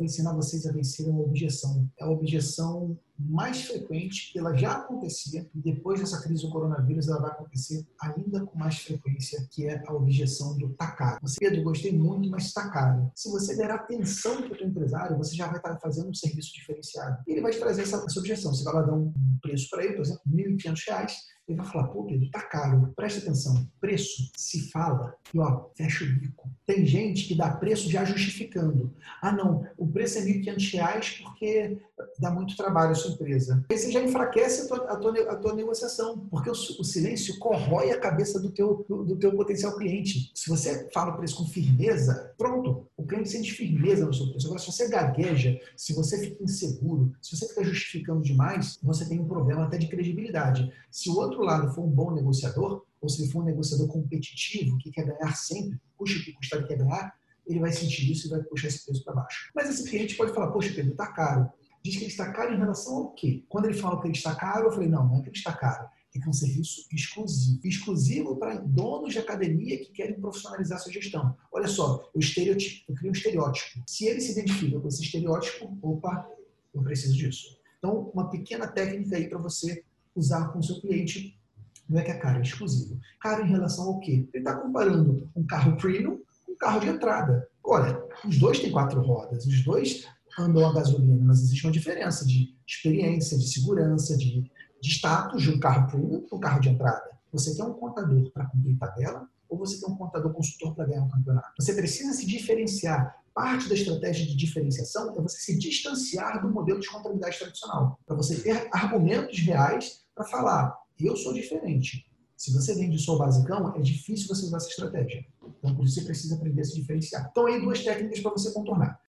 vou ensinar vocês a vencer uma objeção. É a objeção mais frequente, ela já acontecia, e depois dessa crise do coronavírus ela vai acontecer ainda com mais frequência, que é a objeção do tá caro. Você, Pedro, gostei muito, mas está caro. Se você der atenção para o teu empresário, você já vai estar fazendo um serviço diferenciado. E ele vai te trazer essa objeção. Você vai lá dar um preço para ele, por exemplo, R$1.500, ele vai falar, pô, Pedro, tá caro. Presta atenção, preço se fala e, ó, fecha o bico. Tem gente que dá preço já justificando. Ah, não, o preço é R$1.500 porque dá muito trabalho à sua empresa. Aí você já enfraquece a tua negociação, porque o silêncio corrói a cabeça do teu potencial cliente. Se você fala o preço com firmeza, pronto, o cliente sente firmeza no seu preço. Agora, se você gagueja, se você fica inseguro, se você fica justificando demais, você tem um problema até de credibilidade. Se o outro lado for um bom negociador, ou se ele for um negociador competitivo, que quer ganhar sempre, custe o que custar, ele quer ganhar, ele vai sentir isso e vai puxar esse preço para baixo. Mas esse cliente pode falar, poxa, Pedro, está caro. Diz que ele está caro em relação ao quê? Quando ele fala que ele está caro, eu falei, não é que ele está caro. É que é um serviço exclusivo. Exclusivo para donos de academia que querem profissionalizar sua gestão. Olha só, eu crio um estereótipo. Se ele se identifica com esse estereótipo, opa, eu preciso disso. Então, uma pequena técnica aí para você usar com o seu cliente. Não é que é caro, é exclusivo. Caro em relação ao quê? Ele está comparando um carro premium com um carro de entrada. Olha, os dois têm 4 rodas, os dois andam a gasolina, mas existe uma diferença de experiência, de segurança, de status de um carro premium para um carro de entrada. Você quer um contador para cumprir tabela ou você quer um contador consultor para ganhar um campeonato? Você precisa se diferenciar. Parte da estratégia de diferenciação é você se distanciar do modelo de contabilidade tradicional, para você ter argumentos reais para falar, eu sou diferente. Se você vende só o basicão, é difícil você usar essa estratégia. Então, por isso você precisa aprender a se diferenciar. Então, aí 2 técnicas para você contornar.